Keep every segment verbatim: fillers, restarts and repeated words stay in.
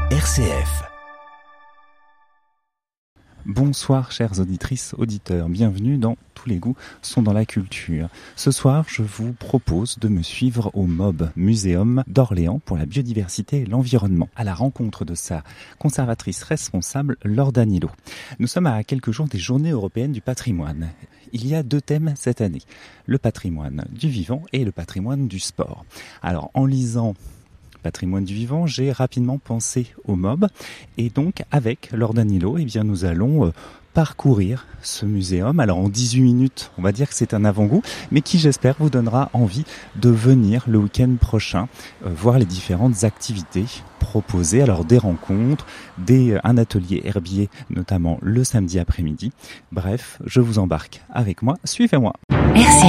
R C F. Bonsoir chères auditrices, auditeurs, bienvenue dans Tous les goûts sont dans la culture. Ce soir, je vous propose de me suivre au M O B, Muséum d'Orléans pour la biodiversité et l'environnement, à la rencontre de sa conservatrice responsable, Laure Danilo. Nous sommes à quelques jours des Journées européennes du patrimoine. Il y a deux thèmes cette année, le patrimoine du vivant et le patrimoine du sport. Alors, en lisant Patrimoine du vivant, j'ai rapidement pensé au M O B et donc avec Laure Danilo, eh bien nous allons euh, parcourir ce muséum. Alors en dix-huit minutes, on va dire que c'est un avant-goût, mais qui j'espère vous donnera envie de venir le week-end prochain euh, voir les différentes activités proposées. Alors des rencontres, des, euh, un atelier herbier, notamment le samedi après-midi. Bref, je vous embarque avec moi, suivez-moi. R C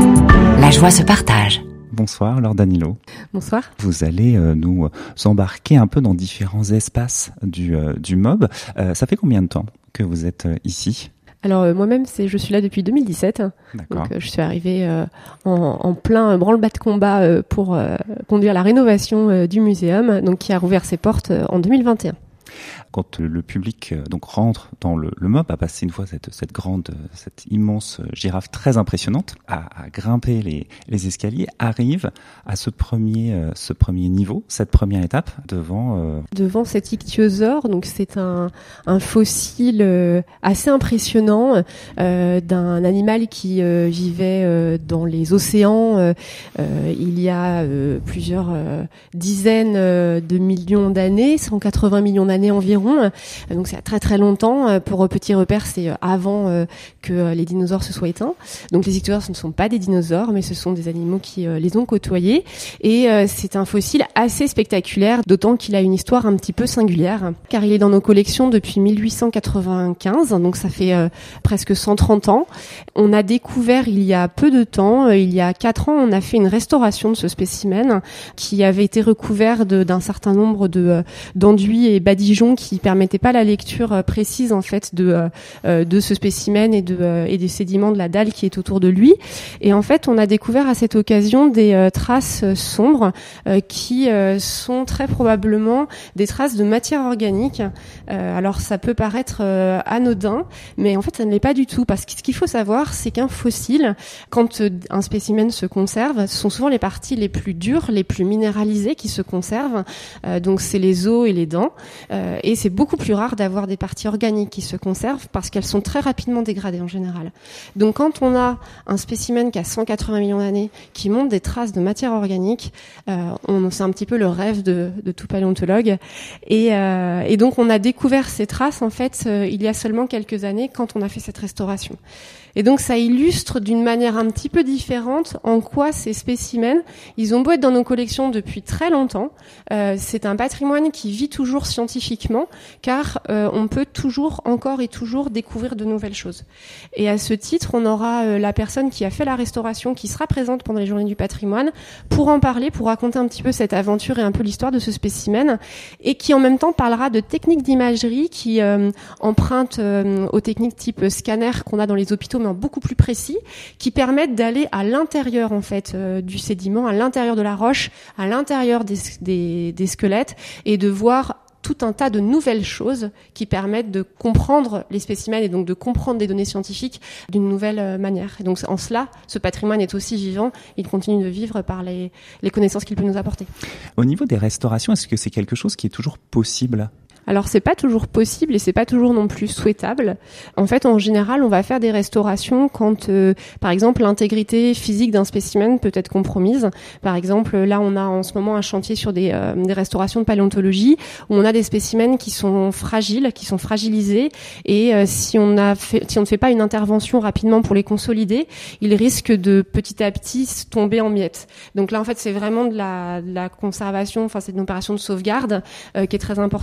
F, la joie se partage. Bonsoir Laure Danilo. Bonsoir. Vous allez euh, nous embarquer un peu dans différents espaces du, euh, du M O B. Euh, ça fait combien de temps que vous êtes euh, ici ? Alors euh, moi-même, c'est, je suis là depuis deux mille dix-sept. D'accord. Donc euh, je suis arrivée euh, en, en plein branle-bas de combat euh, pour euh, conduire la rénovation euh, du muséum, donc qui a rouvert ses portes euh, en deux mille vingt et un. Quand le public euh, donc rentre dans le, le M O B, a passé une fois cette, cette grande, cette immense girafe très impressionnante, à, à grimper les, les escaliers, arrive à ce premier, euh, ce premier niveau, cette première étape devant. Euh... Devant cet ichthyosaure, donc c'est un, un fossile euh, assez impressionnant euh, d'un animal qui euh, vivait euh, dans les océans euh, euh, il y a euh, plusieurs euh, dizaines euh, de millions d'années, cent quatre-vingts millions d'années environ. Donc c'est très très longtemps. Pour petit repère, c'est avant que les dinosaures se soient éteints. Donc les ichthyosaures, ce ne sont pas des dinosaures, mais ce sont des animaux qui les ont côtoyés. Et c'est un fossile assez spectaculaire, d'autant qu'il a une histoire un petit peu singulière, car il est dans nos collections depuis mille huit cent quatre-vingt-quinze, donc ça fait presque cent trente ans. On a découvert il y a peu de temps, il y a quatre ans, on a fait une restauration de ce spécimen qui avait été recouvert de, d'un certain nombre de, d'enduits et badigeons qui permettait pas la lecture précise en fait de euh, de ce spécimen et de euh, et des sédiments de la dalle qui est autour de lui. Et en fait, on a découvert à cette occasion des euh, traces sombres euh, qui euh, sont très probablement des traces de matière organique. Euh, alors ça peut paraître euh, anodin, mais en fait ça ne l'est pas du tout, parce que ce qu'il faut savoir, c'est qu'un fossile, quand euh, un spécimen se conserve, ce sont souvent les parties les plus dures, les plus minéralisées qui se conservent. Euh, donc c'est les os et les dents. Euh, et c'est beaucoup plus rare d'avoir des parties organiques qui se conservent parce qu'elles sont très rapidement dégradées en général. Donc quand on a un spécimen qui a cent quatre-vingts millions d'années, qui montre des traces de matière organique, euh, on, c'est un petit peu le rêve de, de tout paléontologue. Et, euh, et donc on a découvert ces traces en fait euh, il y a seulement quelques années quand on a fait cette restauration. Et donc ça illustre d'une manière un petit peu différente en quoi ces spécimens, ils ont beau être dans nos collections depuis très longtemps, euh, c'est un patrimoine qui vit toujours scientifiquement, car euh, on peut toujours, encore et toujours découvrir de nouvelles choses. Et à ce titre, on aura euh, la personne qui a fait la restauration, qui sera présente pendant les Journées du patrimoine, pour en parler, pour raconter un petit peu cette aventure et un peu l'histoire de ce spécimen, et qui en même temps parlera de techniques d'imagerie qui euh, empruntent euh, aux techniques type scanner qu'on a dans les hôpitaux, mais beaucoup plus précis, qui permettent d'aller à l'intérieur en fait euh, du sédiment, à l'intérieur de la roche, à l'intérieur des, des, des squelettes, et de voir tout un tas de nouvelles choses qui permettent de comprendre les spécimens et donc de comprendre des données scientifiques d'une nouvelle manière. Et donc en cela, ce patrimoine est aussi vivant, il continue de vivre par les, les connaissances qu'il peut nous apporter. Au niveau des restaurations, est-ce que c'est quelque chose qui est toujours possible ? Alors c'est pas toujours possible et c'est pas toujours non plus souhaitable. En fait, en général, on va faire des restaurations quand, euh, par exemple, l'intégrité physique d'un spécimen peut être compromise. Par exemple, là, on a en ce moment un chantier sur des, euh, des restaurations de paléontologie où on a des spécimens qui sont fragiles, qui sont fragilisés, et euh, si on a fait, si on ne fait pas une intervention rapidement pour les consolider, ils risquent de petit à petit tomber en miettes. Donc là, en fait, c'est vraiment de la, de la conservation. Enfin, c'est une opération de sauvegarde euh, qui est très importante.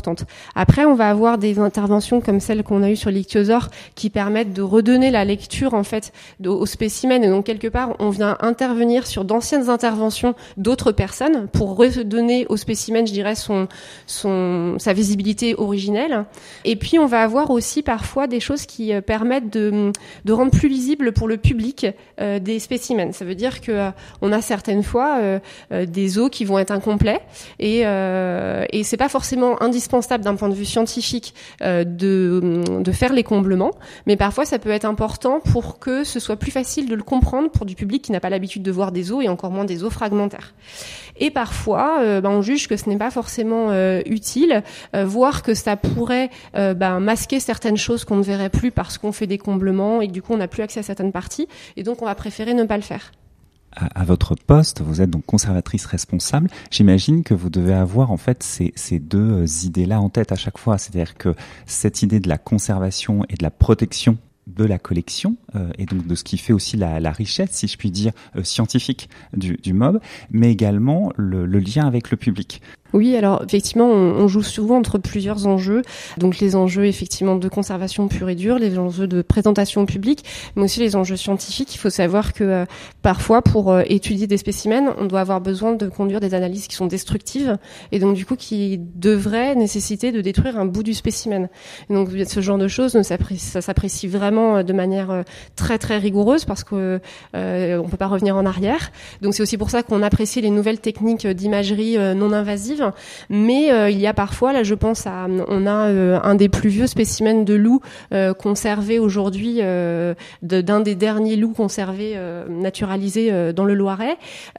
Après, on va avoir des interventions comme celle qu'on a eue sur l'ichthyosaure qui permettent de redonner la lecture en fait de, au spécimen. Et donc quelque part, on vient intervenir sur d'anciennes interventions d'autres personnes pour redonner au spécimen, je dirais, son, son, sa visibilité originelle. Et puis, on va avoir aussi parfois des choses qui euh, permettent de, de rendre plus lisible pour le public euh, des spécimens. Ça veut dire que euh, on a certaines fois euh, euh, des os qui vont être incomplets et, euh, et c'est pas forcément indispensable d'un point de vue scientifique euh, de, de faire les comblements, mais parfois ça peut être important pour que ce soit plus facile de le comprendre pour du public qui n'a pas l'habitude de voir des os et encore moins des os fragmentaires. Et parfois, euh, ben, on juge que ce n'est pas forcément euh, utile, euh, voire que ça pourrait euh, ben, masquer certaines choses qu'on ne verrait plus parce qu'on fait des comblements et que du coup on n'a plus accès à certaines parties, et donc on va préférer ne pas le faire. À, à votre poste, vous êtes donc conservatrice responsable. J'imagine que vous devez avoir en fait ces, ces deux idées-là en tête à chaque fois, c'est-à-dire que cette idée de la conservation et de la protection de la collection euh, et donc de ce qui fait aussi la, la richesse, si je puis dire, euh, scientifique du, du M O B, mais également le, le lien avec le public. Oui, alors effectivement, on, on joue souvent entre plusieurs enjeux. Donc les enjeux effectivement de conservation pure et dure, les enjeux de présentation au public, mais aussi les enjeux scientifiques. Il faut savoir que euh, parfois, pour euh, étudier des spécimens, on doit avoir besoin de conduire des analyses qui sont destructives et donc du coup qui devraient nécessiter de détruire un bout du spécimen. Et donc ce genre de choses, ça s'apprécie vraiment de manière euh, très très rigoureuse parce que euh, on peut pas revenir en arrière. Donc c'est aussi pour ça qu'on apprécie les nouvelles techniques d'imagerie euh, non invasive. Mais euh, il y a parfois, là je pense à, on a euh, un des plus vieux spécimens de loup euh, conservé aujourd'hui, euh, de, d'un des derniers loups conservés, euh, naturalisés euh, dans le Loiret,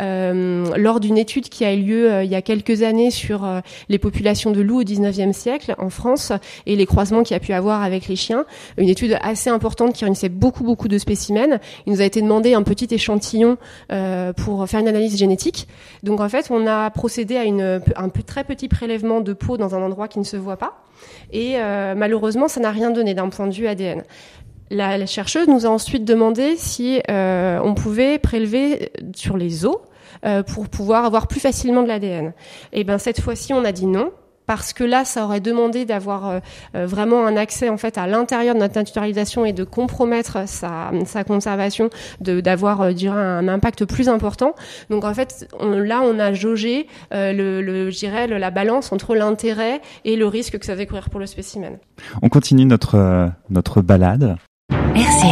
euh, lors d'une étude qui a eu lieu euh, il y a quelques années sur euh, les populations de loups au dix-neuvième siècle en France et les croisements qu'il y a pu avoir avec les chiens. Une étude assez importante qui réunissait beaucoup beaucoup de spécimens. Il nous a été demandé un petit échantillon euh, pour faire une analyse génétique. Donc en fait, on a procédé à une un très petit prélèvement de peau dans un endroit qui ne se voit pas. Et euh, malheureusement, ça n'a rien donné d'un point de vue A D N. La, la chercheuse nous a ensuite demandé si euh, on pouvait prélever sur les os euh, pour pouvoir avoir plus facilement de l'A D N. Et ben cette fois-ci, on a dit non. Parce que là, ça aurait demandé d'avoir euh, vraiment un accès en fait à l'intérieur de notre naturalisation et de compromettre sa, sa conservation, de, d'avoir, euh, je dirais, un impact plus important. Donc en fait, on, là, on a jaugé euh, le, le, je dirais, le, la balance entre l'intérêt et le risque que ça va courir pour le spécimen. On continue notre euh, notre balade. R C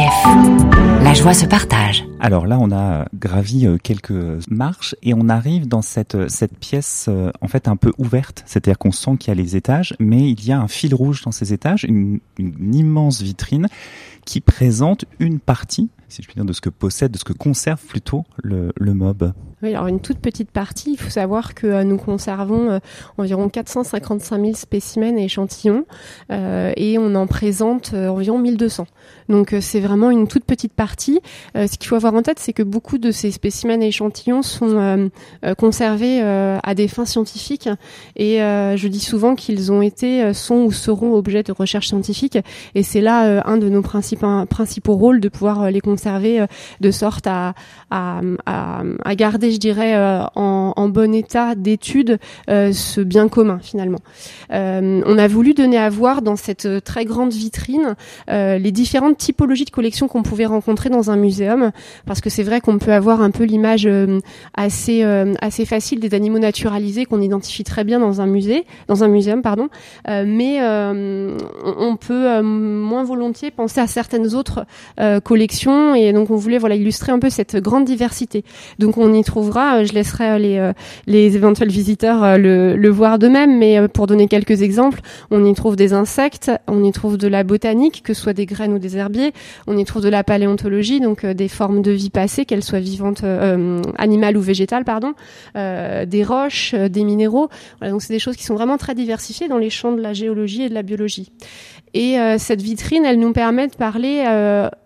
F, la joie se partage. Alors là, on a gravi quelques marches et on arrive dans cette cette pièce en fait un peu ouverte, c'est-à-dire qu'on sent qu'il y a les étages, mais il y a un fil rouge dans ces étages, une, une immense vitrine qui présente une partie, si je puis dire, de ce que possède, de ce que conserve plutôt le, le M O B. Oui, alors une toute petite partie. Il faut savoir que euh, nous conservons euh, environ quatre cent cinquante-cinq mille spécimens et échantillons euh, et on en présente euh, environ mille deux cents. Donc euh, c'est vraiment une toute petite partie. Euh, ce qu'il faut avoir en tête, c'est que beaucoup de ces spécimens et échantillons sont euh, euh, conservés euh, à des fins scientifiques et euh, je dis souvent qu'ils ont été, sont ou seront objets de recherche scientifique et c'est là euh, un de nos principaux, principaux rôles de pouvoir euh, les conserver euh, de sorte à, à, à, à garder, je dirais, euh, en, en bon état d'étude euh, ce bien commun finalement. Euh, on a voulu donner à voir dans cette très grande vitrine euh, les différentes typologies de collections qu'on pouvait rencontrer dans un muséum, parce que c'est vrai qu'on peut avoir un peu l'image euh, assez euh, assez facile des animaux naturalisés qu'on identifie très bien dans un musée, dans un muséum pardon, euh, mais euh, on peut euh, moins volontiers penser à certaines autres euh, collections et donc on voulait voilà illustrer un peu cette grande diversité. Donc on y trouvera, je laisserai les les éventuels visiteurs le, le voir d'eux-mêmes, mais pour donner quelques exemples, on y trouve des insectes, on y trouve de la botanique, que ce soit des graines ou des herbiers, on y trouve de la paléontologie, donc des formes de vie passées, qu'elles soient vivantes, euh, animales ou végétales, pardon, euh, des roches, des minéraux. Voilà, donc c'est des choses qui sont vraiment très diversifiées dans les champs de la géologie et de la biologie. Et euh, cette vitrine, elle nous permet de parler euh,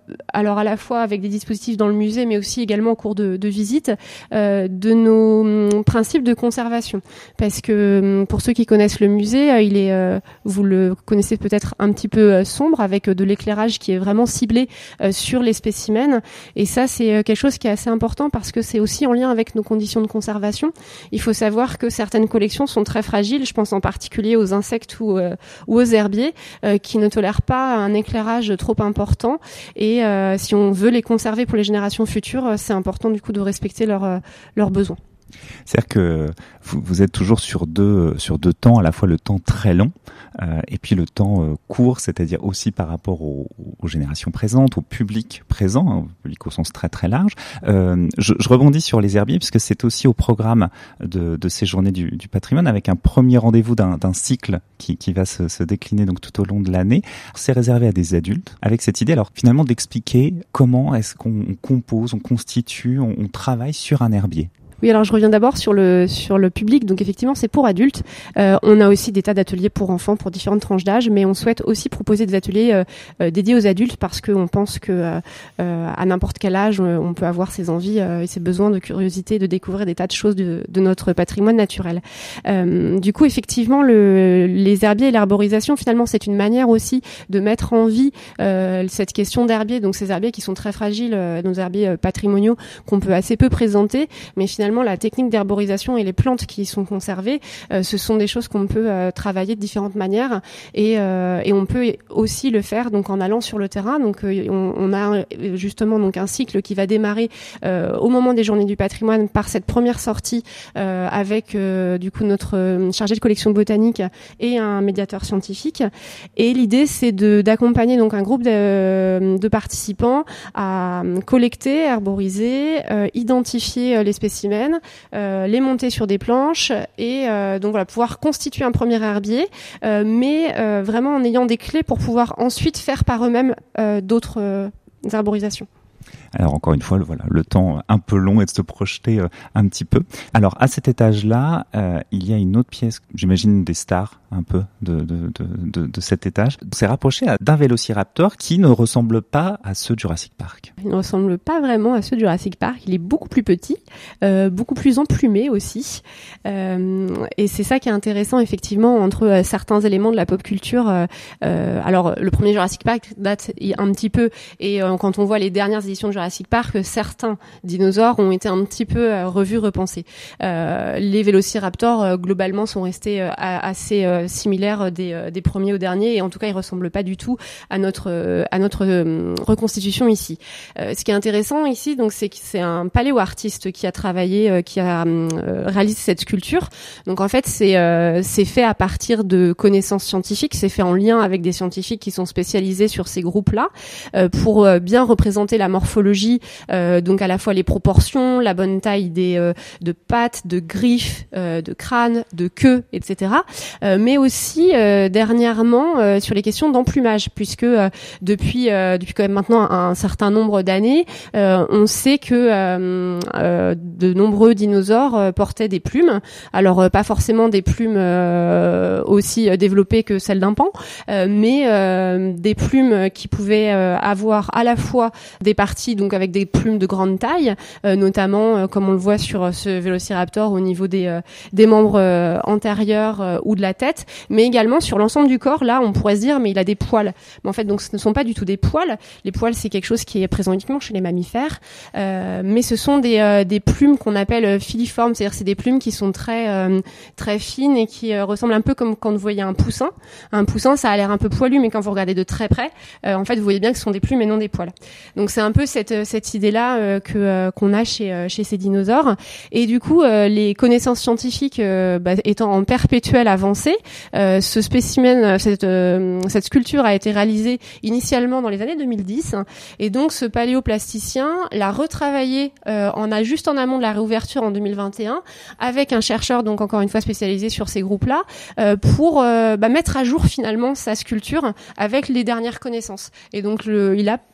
alors à la fois avec des dispositifs dans le musée, mais aussi également au cours de, de visites, euh, de nos euh, principes de conservation. Parce que pour ceux qui connaissent le musée, euh, il est, euh, vous le connaissez peut-être un petit peu euh, sombre, avec euh, de l'éclairage qui est vraiment ciblé euh, sur les spécimens. Et ça, c'est euh, quelque chose qui est assez important parce que c'est aussi en lien avec nos conditions de conservation. Il faut savoir que certaines collections sont très fragiles. Je pense en particulier aux insectes ou, euh, ou aux herbiers euh, qui ne tolèrent pas un éclairage trop important. Et euh, si on veut les conserver pour les générations futures, c'est important du coup de respecter leurs euh, leurs besoins. C'est-à-dire que vous, vous êtes toujours sur deux sur deux temps, à la fois le temps très long euh, et puis le temps euh, court, c'est-à-dire aussi par rapport aux, aux générations présentes, au public présent, hein, au public au sens très très large. Euh, je, je rebondis sur les herbiers puisque c'est aussi au programme de, de ces journées du, du patrimoine avec un premier rendez-vous d'un, d'un cycle qui, qui va se, se décliner donc tout au long de l'année. C'est réservé à des adultes avec cette idée alors finalement d'expliquer comment est-ce qu'on compose, on constitue, on, on travaille sur un herbier. Oui, alors je reviens d'abord sur le sur le public. Donc effectivement, c'est pour adultes. Euh, on a aussi des tas d'ateliers pour enfants, pour différentes tranches d'âge, mais on souhaite aussi proposer des ateliers euh, euh, dédiés aux adultes parce qu'on pense que euh, euh, à n'importe quel âge, on peut avoir ses envies euh, et ses besoins de curiosité, de découvrir des tas de choses de, de notre patrimoine naturel. Euh, du coup, effectivement, le, les herbiers et l'arborisation, finalement, c'est une manière aussi de mettre en vie euh, cette question d'herbiers. Donc ces herbiers qui sont très fragiles, euh, nos herbiers euh, patrimoniaux qu'on peut assez peu présenter, mais finalement la technique d'herborisation et les plantes qui y sont conservées, euh, ce sont des choses qu'on peut euh, travailler de différentes manières et, euh, et on peut aussi le faire donc en allant sur le terrain. Donc euh, on, on a justement donc un cycle qui va démarrer euh, au moment des Journées du patrimoine par cette première sortie euh, avec euh, du coup notre chargé de collection botanique et un médiateur scientifique. Et l'idée c'est de d'accompagner donc un groupe de, de participants à collecter, herboriser, euh, identifier les spécimens, Euh, les monter sur des planches et euh, donc voilà pouvoir constituer un premier herbier, euh, mais euh, vraiment en ayant des clés pour pouvoir ensuite faire par eux-mêmes euh, d'autres euh, herborisations. Alors encore une fois, le, voilà, le temps un peu long est de se projeter euh, un petit peu. Alors à cet étage-là, euh, il y a une autre pièce, j'imagine des stars un peu de, de, de, de, de cet étage. C'est rapproché d'un vélociraptor qui ne ressemble pas à ceux de Jurassic Park. Il ne ressemble pas vraiment à ceux de Jurassic Park. Il est beaucoup plus petit, euh, beaucoup plus emplumé aussi. Euh, et c'est ça qui est intéressant effectivement entre euh, certains éléments de la pop culture. Euh, euh, alors le premier Jurassic Park date un petit peu et euh, quand on voit les dernières éditions de Jurassic Park, certains dinosaures ont été un petit peu euh, revus, repensés. Euh, les vélociraptors euh, globalement sont restés euh, assez euh, similaires des, euh, des premiers aux derniers et en tout cas ils ressemblent pas du tout à notre euh, à notre euh, reconstitution ici. Euh, ce qui est intéressant ici, donc, c'est que c'est un paléo-artiste qui a travaillé, euh, qui a euh, réalisé cette sculpture. Donc en fait, c'est euh, c'est fait à partir de connaissances scientifiques, c'est fait en lien avec des scientifiques qui sont spécialisés sur ces groupes-là euh, pour euh, bien représenter la morphologie, euh, donc à la fois les proportions, la bonne taille des euh, de pattes, de griffes, euh, de crâne, de queue, et cetera. Euh, mais aussi euh, dernièrement euh, sur les questions d'emplumage, puisque euh, depuis euh, depuis quand même maintenant un, un certain nombre d'années, euh, on sait que euh, euh, de nombreux dinosaures euh, portaient des plumes. Alors euh, pas forcément des plumes euh, aussi euh, développées que celles d'un pan, euh, mais euh, des plumes qui pouvaient euh, avoir à la fois des parties donc avec des plumes de grande taille, euh, notamment euh, comme on le voit sur euh, ce vélociraptor au niveau des euh, des membres euh, antérieurs euh, ou de la tête, mais également sur l'ensemble du corps. Là, on pourrait se dire mais il a des poils. Mais en fait, donc ce ne sont pas du tout des poils. Les poils, c'est quelque chose qui est présent uniquement chez les mammifères, euh, mais ce sont des euh, des plumes qu'on appelle filiformes, c'est-à-dire c'est des plumes qui sont très euh, très fines et qui euh, ressemblent un peu comme quand vous voyez un poussin. Un poussin, ça a l'air un peu poilu, mais quand vous regardez de très près, euh, en fait, vous voyez bien que ce sont des plumes et non des poils. Donc c'est un peu cette cette idée-là euh, que euh, qu'on a chez euh, chez ces dinosaures. Et du coup, euh, les connaissances scientifiques euh, bah, étant en perpétuelle avancée, euh, ce spécimen, cette euh, cette sculpture a été réalisée initialement dans les années deux mille dix, et donc ce paléoplasticien l'a retravaillé euh, en a juste en amont de la réouverture en deux mille vingt et un avec un chercheur donc encore une fois spécialisé sur ces groupes-là euh, pour euh, bah, mettre à jour finalement sa sculpture avec les dernières connaissances. Et donc le, il a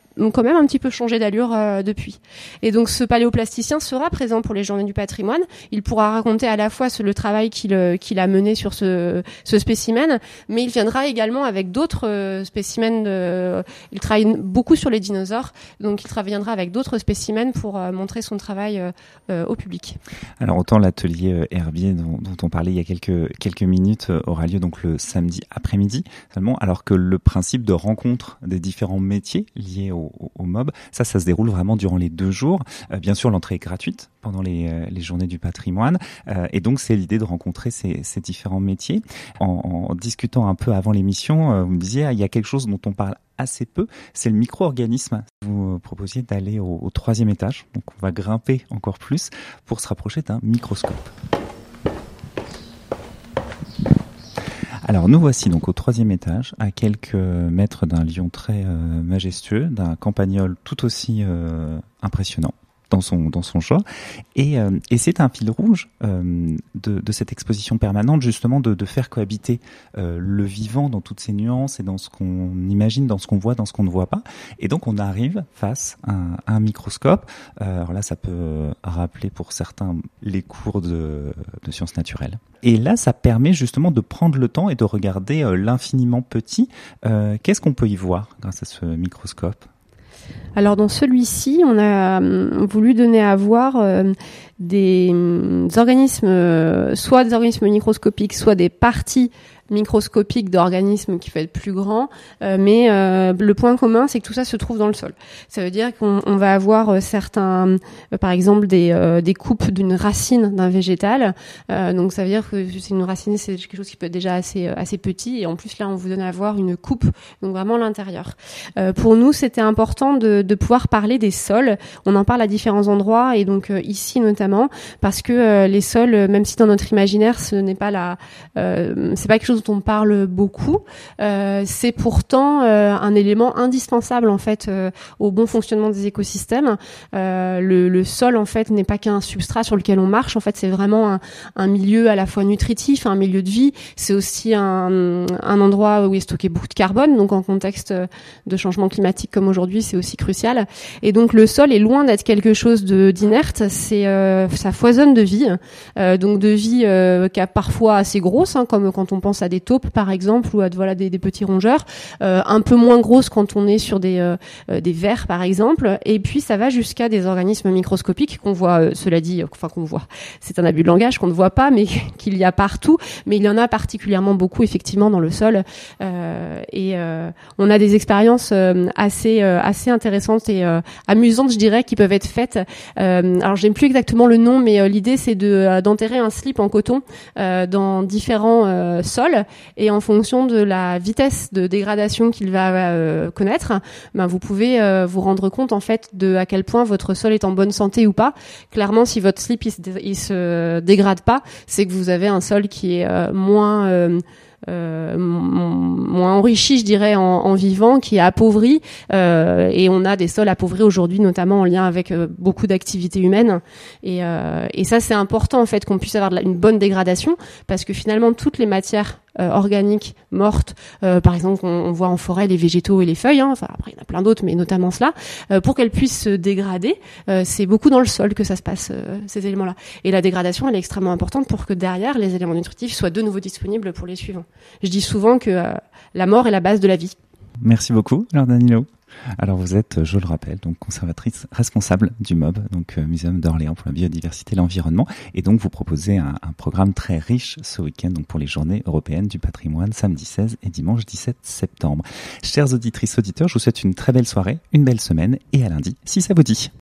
quand même un petit peu changé d'allure euh, depuis. Et donc ce paléoplasticien sera présent pour les Journées du patrimoine. Il pourra raconter à la fois ce, le travail qu'il, qu'il a mené sur ce, ce spécimen, mais il viendra également avec d'autres euh, spécimens. De, il travaille beaucoup sur les dinosaures, donc il travaillera avec d'autres spécimens pour euh, montrer son travail euh, euh, au public. Alors autant l'atelier euh, herbier dont, dont on parlait il y a quelques, quelques minutes euh, aura lieu donc le samedi après-midi seulement, alors que le principe de rencontre des différents métiers liés au Au, au mob. Ça, ça se déroule vraiment durant les deux jours. Euh, bien sûr, l'entrée est gratuite pendant les, euh, les journées du patrimoine. Euh, et donc, c'est l'idée de rencontrer ces, ces différents métiers. En, en discutant un peu avant l'émission, euh, vous me disiez, ah, il y a quelque chose dont on parle assez peu, c'est le micro-organisme. Vous proposiez d'aller au, au troisième étage. Donc, on va grimper encore plus pour se rapprocher d'un microscope. Alors nous voici donc au troisième étage, à quelques mètres d'un lion très euh, majestueux, d'un campagnol tout aussi euh, impressionnant dans son dans son genre, et euh, et c'est un fil rouge euh, de de cette exposition permanente justement de de faire cohabiter euh, le vivant dans toutes ses nuances et dans ce qu'on imagine, dans ce qu'on voit, dans ce qu'on ne voit pas, et donc on arrive face à un, à un microscope. Euh, alors là, ça peut rappeler pour certains les cours de de sciences naturelles. Et là, ça permet justement de prendre le temps et de regarder euh, l'infiniment petit. Euh, qu'est-ce qu'on peut y voir grâce à ce microscope ? Alors dans celui-ci, on a euh, voulu donner à voir euh, des euh, organismes, euh, soit des organismes microscopiques, soit des parties microscopiques d'organismes qui peuvent être plus grands, euh, mais euh, le point commun, c'est que tout ça se trouve dans le sol. Ça veut dire qu'on on va avoir euh, certains, euh, par exemple, des, euh, des coupes d'une racine d'un végétal. Euh, donc ça veut dire que c'est une racine, c'est quelque chose qui peut être déjà assez assez petit, et en plus là, on vous donne à voir une coupe, donc vraiment l'intérieur. Euh, pour nous, c'était important de, de pouvoir parler des sols. On en parle à différents endroits, et donc euh, ici notamment, parce que euh, les sols, même si dans notre imaginaire, ce n'est pas la, euh, c'est pas quelque chose dont on parle beaucoup, euh, c'est pourtant euh, un élément indispensable en fait euh, au bon fonctionnement des écosystèmes. Euh, le, le sol en fait n'est pas qu'un substrat sur lequel on marche. En fait, c'est vraiment un, un milieu à la fois nutritif, un milieu de vie. C'est aussi un, un endroit où il est stocké beaucoup de carbone. Donc, en contexte de changement climatique comme aujourd'hui, c'est aussi crucial. Et donc, le sol est loin d'être quelque chose de d'inerte. C'est euh, ça foisonne de vie. Euh, donc, de vie euh, qui a parfois assez grosse, hein, comme quand on pense à des taupes par exemple, ou à voilà des, des petits rongeurs, euh, un peu moins grosses quand on est sur des euh, des vers par exemple, et puis ça va jusqu'à des organismes microscopiques qu'on voit, euh, cela dit, enfin qu'on voit, c'est un abus de langage, qu'on ne voit pas, mais qu'il y a partout, mais il y en a particulièrement beaucoup effectivement dans le sol, euh, et euh, on a des expériences euh, assez euh, assez intéressantes et euh, amusantes, je dirais, qui peuvent être faites. Euh, alors j'aime plus exactement le nom, mais euh, l'idée c'est de euh, d'enterrer un slip en coton euh, dans différents euh, sols. Et en fonction de la vitesse de dégradation qu'il va euh, connaître, ben vous pouvez euh, vous rendre compte en fait de à quel point votre sol est en bonne santé ou pas. Clairement, si votre slip il se, dé- il se dégrade pas, c'est que vous avez un sol qui est euh, moins euh, Euh, moins enrichi, je dirais, en, en vivant, qui est appauvri, euh, et on a des sols appauvris aujourd'hui, notamment en lien avec euh, beaucoup d'activités humaines, et, euh, et ça c'est important en fait qu'on puisse avoir de la, une bonne dégradation, parce que finalement toutes les matières euh, organiques mortes, euh, par exemple on, on voit en forêt les végétaux et les feuilles, hein, enfin après il y en a plein d'autres, mais notamment cela, euh, pour qu'elles puissent se dégrader, euh, c'est beaucoup dans le sol que ça se passe, euh, ces éléments-là, et la dégradation elle est extrêmement importante pour que derrière les éléments nutritifs soient de nouveau disponibles pour les suivants. Je dis souvent que euh, la mort est la base de la vie. Merci beaucoup, alors Danilo. Alors vous êtes, je le rappelle, donc conservatrice responsable du M O B, donc euh, Muséum d'Orléans pour la biodiversité et l'environnement, et donc vous proposez un, un programme très riche ce week-end, donc pour les Journées européennes du patrimoine, samedi seize et dimanche dix-sept septembre. Chères auditrices, auditeurs, je vous souhaite une très belle soirée, une belle semaine, et à lundi, si ça vous dit.